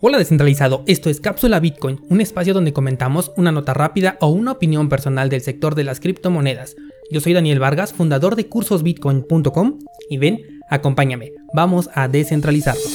Hola descentralizado, esto es Cápsula Bitcoin, un espacio donde comentamos una nota rápida o una opinión personal del sector de las criptomonedas. Yo soy Daniel Vargas, fundador de cursosbitcoin.com y ven, acompáñame, vamos a descentralizarnos.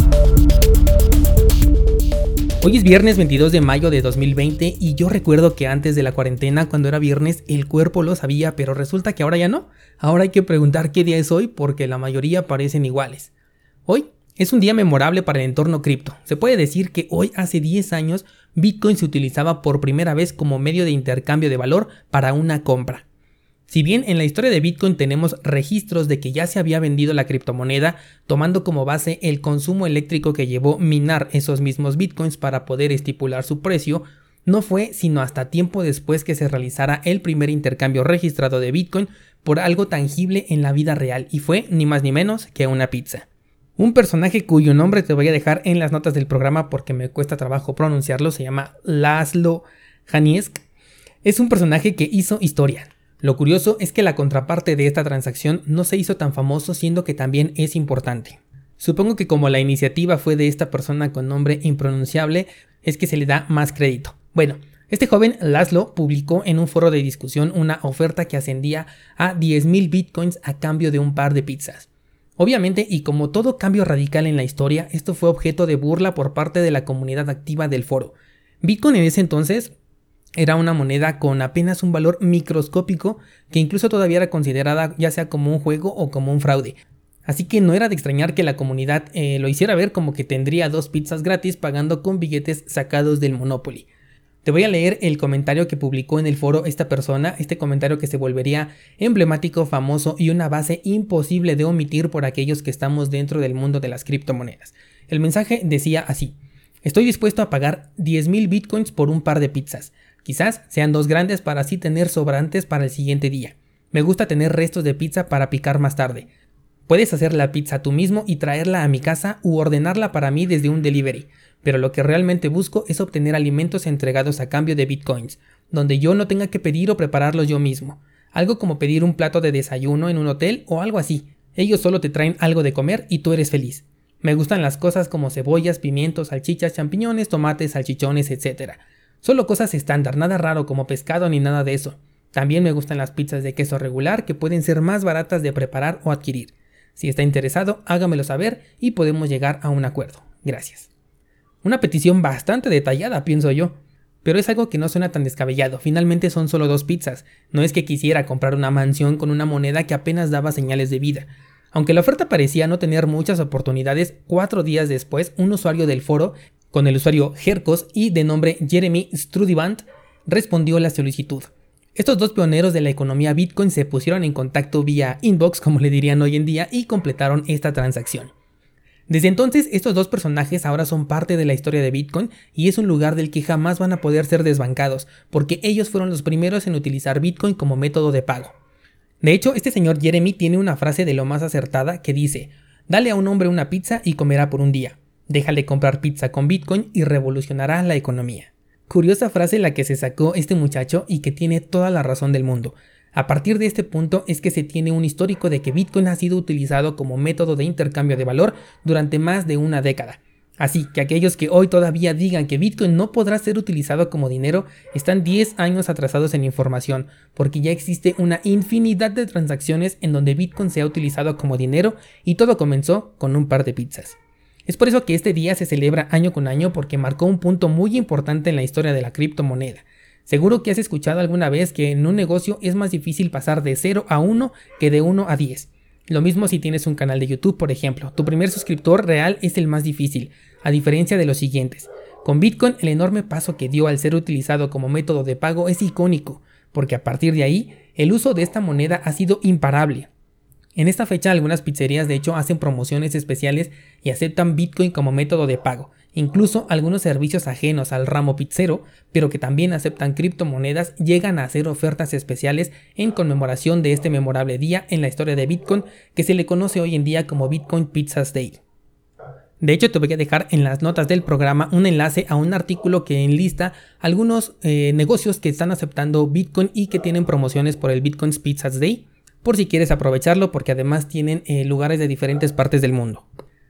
Hoy es viernes 22 de mayo de 2020 y yo recuerdo que antes de la cuarentena, cuando era viernes, el cuerpo lo sabía, pero resulta que ahora ya no. Ahora hay que preguntar qué día es hoy porque la mayoría parecen iguales. Hoy es un día memorable para el entorno cripto. Se puede decir que hoy, hace 10 años, Bitcoin se utilizaba por primera vez como medio de intercambio de valor para una compra. Si bien en la historia de Bitcoin tenemos registros de que ya se había vendido la criptomoneda, tomando como base el consumo eléctrico que llevó minar esos mismos Bitcoins para poder estipular su precio, no fue sino hasta tiempo después que se realizara el primer intercambio registrado de Bitcoin por algo tangible en la vida real, y fue ni más ni menos que una pizza. Un personaje cuyo nombre te voy a dejar en las notas del programa porque me cuesta trabajo pronunciarlo, se llama Laszlo Haniesk. Es un personaje que hizo historia. Lo curioso es que la contraparte de esta transacción no se hizo tan famoso, siendo que también es importante. Supongo que como la iniciativa fue de esta persona con nombre impronunciable, es que se le da más crédito. Bueno, este joven Laszlo publicó en un foro de discusión una oferta que ascendía a 10,000 bitcoins a cambio de un par de pizzas. Obviamente, y como todo cambio radical en la historia, esto fue objeto de burla por parte de la comunidad activa del foro. Bitcoin en ese entonces era una moneda con apenas un valor microscópico que incluso todavía era considerada ya sea como un juego o como un fraude. Así que no era de extrañar que la comunidad lo hiciera ver como que tendría 2 pizzas gratis pagando con billetes sacados del Monopoly. Te voy a leer el comentario que publicó en el foro esta persona, este comentario que se volvería emblemático, famoso y una base imposible de omitir por aquellos que estamos dentro del mundo de las criptomonedas. El mensaje decía así: estoy dispuesto a pagar 10,000 bitcoins por un par de pizzas. Quizás sean 2 grandes para así tener sobrantes para el siguiente día. Me gusta tener restos de pizza para picar más tarde. Puedes hacer la pizza tú mismo y traerla a mi casa u ordenarla para mí desde un delivery. Pero lo que realmente busco es obtener alimentos entregados a cambio de bitcoins, donde yo no tenga que pedir o prepararlos yo mismo. Algo como pedir un plato de desayuno en un hotel o algo así. Ellos solo te traen algo de comer y tú eres feliz. Me gustan las cosas como cebollas, pimientos, salchichas, champiñones, tomates, salchichones, etc. Solo cosas estándar, nada raro como pescado ni nada de eso. También me gustan las pizzas de queso regular que pueden ser más baratas de preparar o adquirir. Si está interesado, hágamelo saber y podemos llegar a un acuerdo. Gracias. Una petición bastante detallada, pienso yo, pero es algo que no suena tan descabellado. Finalmente son solo 2 pizzas, no es que quisiera comprar una mansión con una moneda que apenas daba señales de vida. Aunque la oferta parecía no tener muchas oportunidades, 4 días después un usuario del foro, con el usuario Hercos y de nombre Jeremy Strudivant, respondió la solicitud. Estos 2 pioneros de la economía Bitcoin se pusieron en contacto vía inbox, como le dirían hoy en día, y completaron esta transacción. Desde entonces, estos 2 personajes ahora son parte de la historia de Bitcoin y es un lugar del que jamás van a poder ser desbancados, porque ellos fueron los primeros en utilizar Bitcoin como método de pago. De hecho, este señor Jeremy tiene una frase de lo más acertada que dice: dale a un hombre una pizza y comerá por un día. Déjale comprar pizza con Bitcoin y revolucionará la economía. Curiosa frase la que se sacó este muchacho y que tiene toda la razón del mundo. A partir de este punto es que se tiene un histórico de que Bitcoin ha sido utilizado como método de intercambio de valor durante más de una década. Así que aquellos que hoy todavía digan que Bitcoin no podrá ser utilizado como dinero están 10 años atrasados en información, porque ya existe una infinidad de transacciones en donde Bitcoin se ha utilizado como dinero y todo comenzó con un par de pizzas. Es por eso que este día se celebra año con año porque marcó un punto muy importante en la historia de la criptomoneda. Seguro que has escuchado alguna vez que en un negocio es más difícil pasar de 0 a 1 que de 1 a 10. Lo mismo si tienes un canal de YouTube, por ejemplo. Tu primer suscriptor real es el más difícil, a diferencia de los siguientes. Con Bitcoin, el enorme paso que dio al ser utilizado como método de pago es icónico, porque a partir de ahí, el uso de esta moneda ha sido imparable. En esta fecha, algunas pizzerías de hecho hacen promociones especiales y aceptan Bitcoin como método de pago. Incluso algunos servicios ajenos al ramo pizzero, pero que también aceptan criptomonedas, llegan a hacer ofertas especiales en conmemoración de este memorable día en la historia de Bitcoin, que se le conoce hoy en día como Bitcoin Pizzas Day. De hecho, te voy a dejar en las notas del programa un enlace a un artículo que enlista algunos negocios que están aceptando Bitcoin y que tienen promociones por el Bitcoin Pizzas Day, por si quieres aprovecharlo, porque además tienen lugares de diferentes partes del mundo.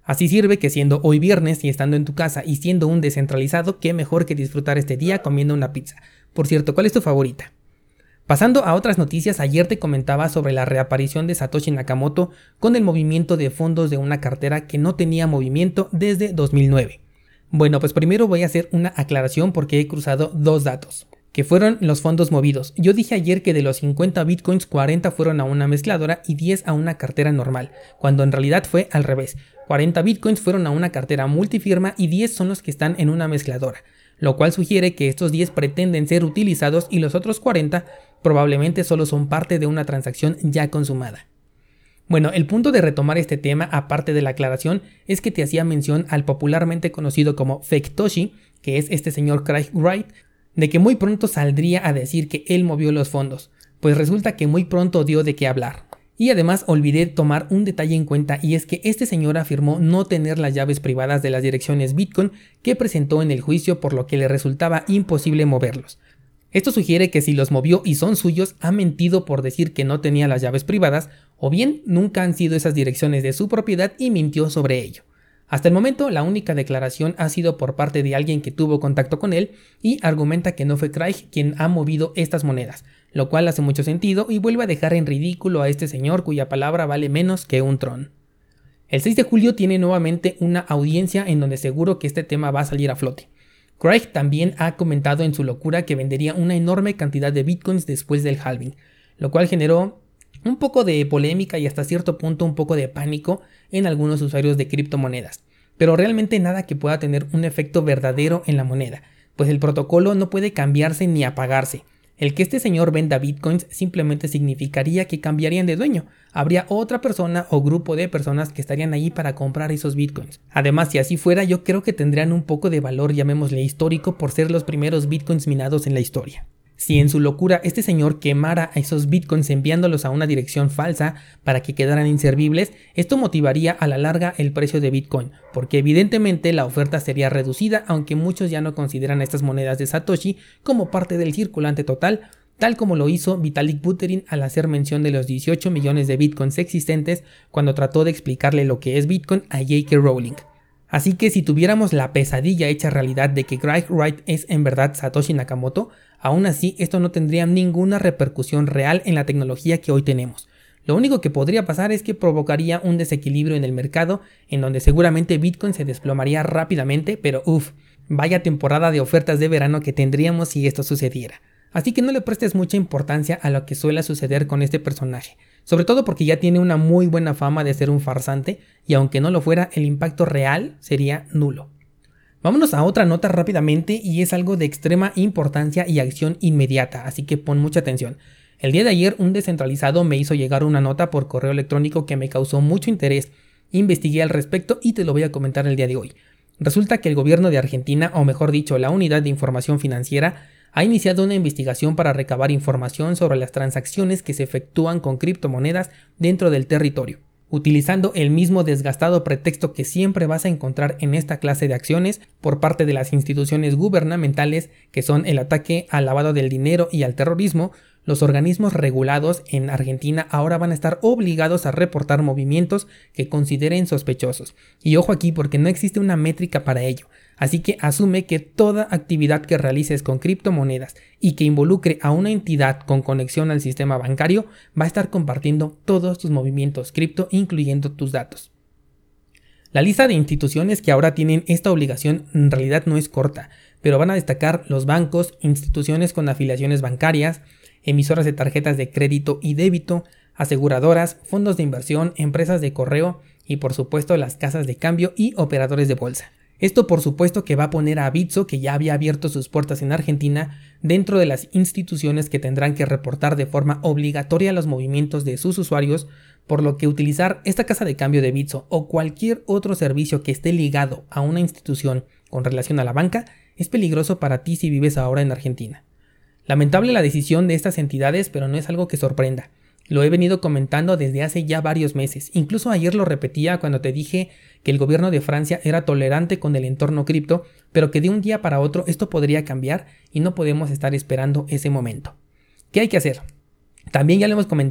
Así sirve que siendo hoy viernes y estando en tu casa y siendo un descentralizado, qué mejor que disfrutar este día comiendo una pizza. Por cierto, ¿cuál es tu favorita? Pasando a otras noticias, ayer te comentaba sobre la reaparición de Satoshi Nakamoto con el movimiento de fondos de una cartera que no tenía movimiento desde 2009. Bueno, pues primero voy a hacer una aclaración porque he cruzado dos datos, que fueron los fondos movidos. Yo dije ayer que de los 50 bitcoins, 40 fueron a una mezcladora y 10 a una cartera normal, cuando en realidad fue al revés. 40 bitcoins fueron a una cartera multifirma y 10 son los que están en una mezcladora, lo cual sugiere que estos 10 pretenden ser utilizados y los otros 40 probablemente solo son parte de una transacción ya consumada. Bueno, el punto de retomar este tema, aparte de la aclaración, es que te hacía mención al popularmente conocido como Faketoshi, que es este señor Craig Wright, de que muy pronto saldría a decir que él movió los fondos, pues resulta que muy pronto dio de qué hablar. Y además olvidé tomar un detalle en cuenta, y es que este señor afirmó no tener las llaves privadas de las direcciones Bitcoin que presentó en el juicio, por lo que le resultaba imposible moverlos. Esto sugiere que si los movió y son suyos, ha mentido por decir que no tenía las llaves privadas, o bien nunca han sido esas direcciones de su propiedad y mintió sobre ello. Hasta el momento, la única declaración ha sido por parte de alguien que tuvo contacto con él y argumenta que no fue Craig quien ha movido estas monedas, lo cual hace mucho sentido y vuelve a dejar en ridículo a este señor cuya palabra vale menos que un tron. El 6 de julio tiene nuevamente una audiencia en donde seguro que este tema va a salir a flote. Craig también ha comentado en su locura que vendería una enorme cantidad de bitcoins después del halving, lo cual generó un poco de polémica y hasta cierto punto un poco de pánico en algunos usuarios de criptomonedas, pero realmente nada que pueda tener un efecto verdadero en la moneda, pues el protocolo no puede cambiarse ni apagarse. El que este señor venda bitcoins simplemente significaría que cambiarían de dueño. Habría otra persona o grupo de personas que estarían ahí para comprar esos bitcoins. Además, si así fuera, yo creo que tendrían un poco de valor, llamémosle histórico, por ser los primeros bitcoins minados en la historia. Si en su locura este señor quemara a esos bitcoins enviándolos a una dirección falsa para que quedaran inservibles, esto motivaría a la larga el precio de Bitcoin, porque evidentemente la oferta sería reducida, aunque muchos ya no consideran estas monedas de Satoshi como parte del circulante total, tal como lo hizo Vitalik Buterin al hacer mención de los 18 millones de bitcoins existentes cuando trató de explicarle lo que es Bitcoin a J.K. Rowling. Así que si tuviéramos la pesadilla hecha realidad de que Craig Wright es en verdad Satoshi Nakamoto, aún así esto no tendría ninguna repercusión real en la tecnología que hoy tenemos. Lo único que podría pasar es que provocaría un desequilibrio en el mercado, en donde seguramente Bitcoin se desplomaría rápidamente, pero vaya temporada de ofertas de verano que tendríamos si esto sucediera. Así que no le prestes mucha importancia a lo que suele suceder con este personaje, sobre todo porque ya tiene una muy buena fama de ser un farsante y aunque no lo fuera, el impacto real sería nulo. Vámonos a otra nota rápidamente y es algo de extrema importancia y acción inmediata, así que pon mucha atención. El día de ayer un descentralizado me hizo llegar una nota por correo electrónico que me causó mucho interés, investigué al respecto y te lo voy a comentar el día de hoy. Resulta que el gobierno de Argentina, o mejor dicho la Unidad de Información Financiera, ha iniciado una investigación para recabar información sobre las transacciones que se efectúan con criptomonedas dentro del territorio, utilizando el mismo desgastado pretexto que siempre vas a encontrar en esta clase de acciones por parte de las instituciones gubernamentales, que son el ataque al lavado del dinero y al terrorismo. Los organismos regulados en Argentina ahora van a estar obligados a reportar movimientos que consideren sospechosos. Y ojo aquí porque no existe una métrica para ello. Así que asume que toda actividad que realices con criptomonedas y que involucre a una entidad con conexión al sistema bancario va a estar compartiendo todos tus movimientos cripto, incluyendo tus datos. La lista de instituciones que ahora tienen esta obligación en realidad no es corta, pero van a destacar los bancos, instituciones con afiliaciones bancarias, emisoras de tarjetas de crédito y débito, aseguradoras, fondos de inversión, empresas de correo y por supuesto las casas de cambio y operadores de bolsa. Esto por supuesto que va a poner a Bitso, que ya había abierto sus puertas en Argentina, dentro de las instituciones que tendrán que reportar de forma obligatoria los movimientos de sus usuarios, por lo que utilizar esta casa de cambio de Bitso o cualquier otro servicio que esté ligado a una institución con relación a la banca es peligroso para ti si vives ahora en Argentina. Lamentable la decisión de estas entidades, pero no es algo que sorprenda. Lo he venido comentando desde hace ya varios meses, incluso ayer lo repetía cuando te dije que el gobierno de Francia era tolerante con el entorno cripto, pero que de un día para otro esto podría cambiar y no podemos estar esperando ese momento. ¿Qué hay que hacer? También ya lo hemos comentado,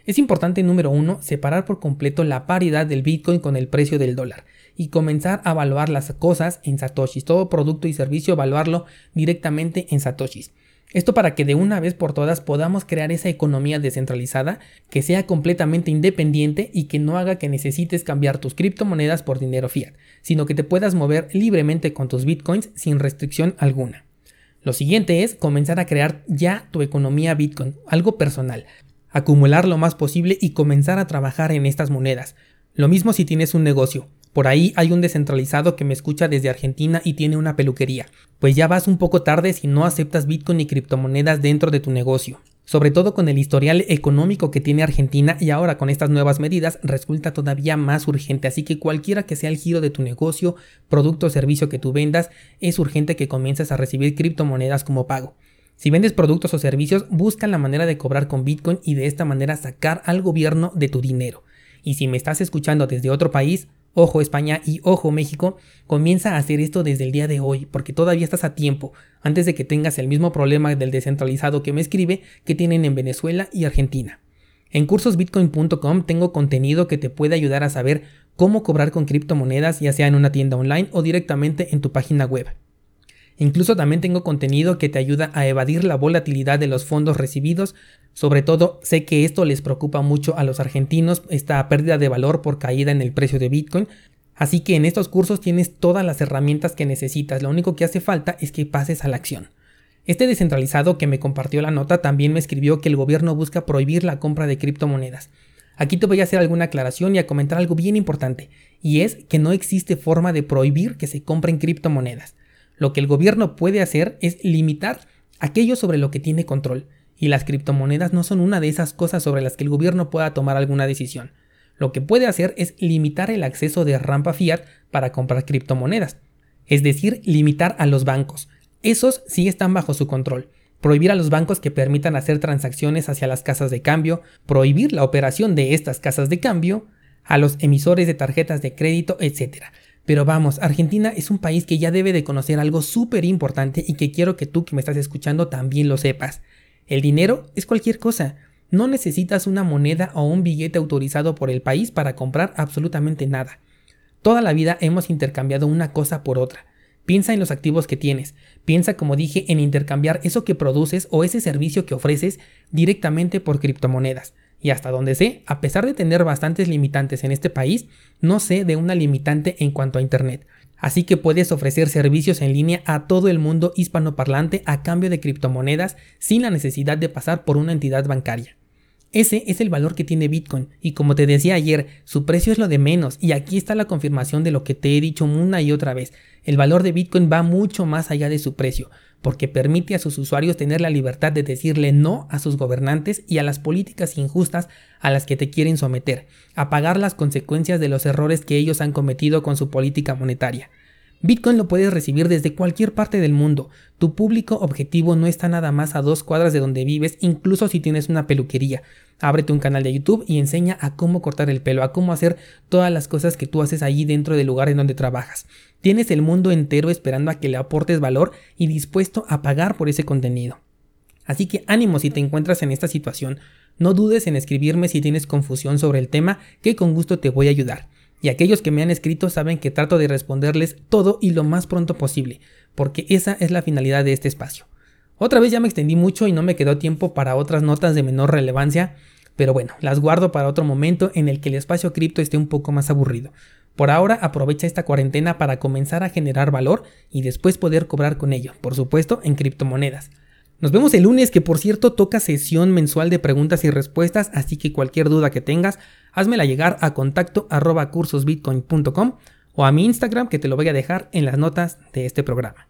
Es importante, número 1, separar por completo la paridad del Bitcoin con el precio del dólar y comenzar a evaluar las cosas en satoshis, todo producto y servicio evaluarlo directamente en satoshis. Esto para que de una vez por todas podamos crear esa economía descentralizada que sea completamente independiente y que no haga que necesites cambiar tus criptomonedas por dinero fiat, sino que te puedas mover libremente con tus bitcoins sin restricción alguna. Lo siguiente es comenzar a crear ya tu economía Bitcoin, algo personal, acumular lo más posible y comenzar a trabajar en estas monedas. Lo mismo si tienes un negocio. Por ahí hay un descentralizado que me escucha desde Argentina y tiene una peluquería. Pues ya vas un poco tarde si no aceptas Bitcoin y criptomonedas dentro de tu negocio. Sobre todo con el historial económico que tiene Argentina y ahora con estas nuevas medidas resulta todavía más urgente. Así que cualquiera que sea el giro de tu negocio, producto o servicio que tú vendas, es urgente que comiences a recibir criptomonedas como pago. Si vendes productos o servicios, busca la manera de cobrar con Bitcoin y de esta manera sacar al gobierno de tu dinero. Y si me estás escuchando desde otro país, ojo España y ojo México, comienza a hacer esto desde el día de hoy, porque todavía estás a tiempo, antes de que tengas el mismo problema del descentralizado que me escribe que tienen en Venezuela y Argentina. En cursosbitcoin.com tengo contenido que te puede ayudar a saber cómo cobrar con criptomonedas, ya sea en una tienda online o directamente en tu página web. Incluso también tengo contenido que te ayuda a evadir la volatilidad de los fondos recibidos. Sobre todo, sé que esto les preocupa mucho a los argentinos, esta pérdida de valor por caída en el precio de Bitcoin. Así que en estos cursos tienes todas las herramientas que necesitas, lo único que hace falta es que pases a la acción. Este descentralizado que me compartió la nota también me escribió que el gobierno busca prohibir la compra de criptomonedas. Aquí te voy a hacer alguna aclaración y a comentar algo bien importante, y es que no existe forma de prohibir que se compren criptomonedas. Lo que el gobierno puede hacer es limitar aquello sobre lo que tiene control, y las criptomonedas no son una de esas cosas sobre las que el gobierno pueda tomar alguna decisión. Lo que puede hacer es limitar el acceso de rampa fiat para comprar criptomonedas, es decir, limitar a los bancos. Esos sí están bajo su control. Prohibir a los bancos que permitan hacer transacciones hacia las casas de cambio, prohibir la operación de estas casas de cambio, a los emisores de tarjetas de crédito, etc. Pero vamos, Argentina es un país que ya debe de conocer algo súper importante y que quiero que tú que me estás escuchando también lo sepas. El dinero es cualquier cosa. No necesitas una moneda o un billete autorizado por el país para comprar absolutamente nada. Toda la vida hemos intercambiado una cosa por otra. Piensa en los activos que tienes. Piensa, como dije, en intercambiar eso que produces o ese servicio que ofreces directamente por criptomonedas. Y hasta donde sé, a pesar de tener bastantes limitantes en este país, no sé de una limitante en cuanto a internet. Así que puedes ofrecer servicios en línea a todo el mundo hispanoparlante a cambio de criptomonedas sin la necesidad de pasar por una entidad bancaria. Ese es el valor que tiene Bitcoin y como te decía ayer, su precio es lo de menos y aquí está la confirmación de lo que te he dicho una y otra vez. El valor de Bitcoin va mucho más allá de su precio, porque permite a sus usuarios tener la libertad de decirle no a sus gobernantes y a las políticas injustas a las que te quieren someter, a pagar las consecuencias de los errores que ellos han cometido con su política monetaria. Bitcoin lo puedes recibir desde cualquier parte del mundo. Tu público objetivo no está nada más a 2 cuadras de donde vives, incluso si tienes una peluquería. Ábrete un canal de YouTube y enseña a cómo cortar el pelo, a cómo hacer todas las cosas que tú haces allí dentro del lugar en donde trabajas. Tienes el mundo entero esperando a que le aportes valor y dispuesto a pagar por ese contenido. Así que ánimo si te encuentras en esta situación. No dudes en escribirme si tienes confusión sobre el tema, que con gusto te voy a ayudar. Y aquellos que me han escrito saben que trato de responderles todo y lo más pronto posible, porque esa es la finalidad de este espacio. Otra vez ya me extendí mucho y no me quedó tiempo para otras notas de menor relevancia, pero bueno, las guardo para otro momento en el que el espacio cripto esté un poco más aburrido. Por ahora aprovecha esta cuarentena para comenzar a generar valor y después poder cobrar con ello, por supuesto en criptomonedas. Nos vemos el lunes, que por cierto toca sesión mensual de preguntas y respuestas, así que cualquier duda que tengas, házmela llegar a contacto@cursosbitcoin.com o a mi Instagram, que te lo voy a dejar en las notas de este programa.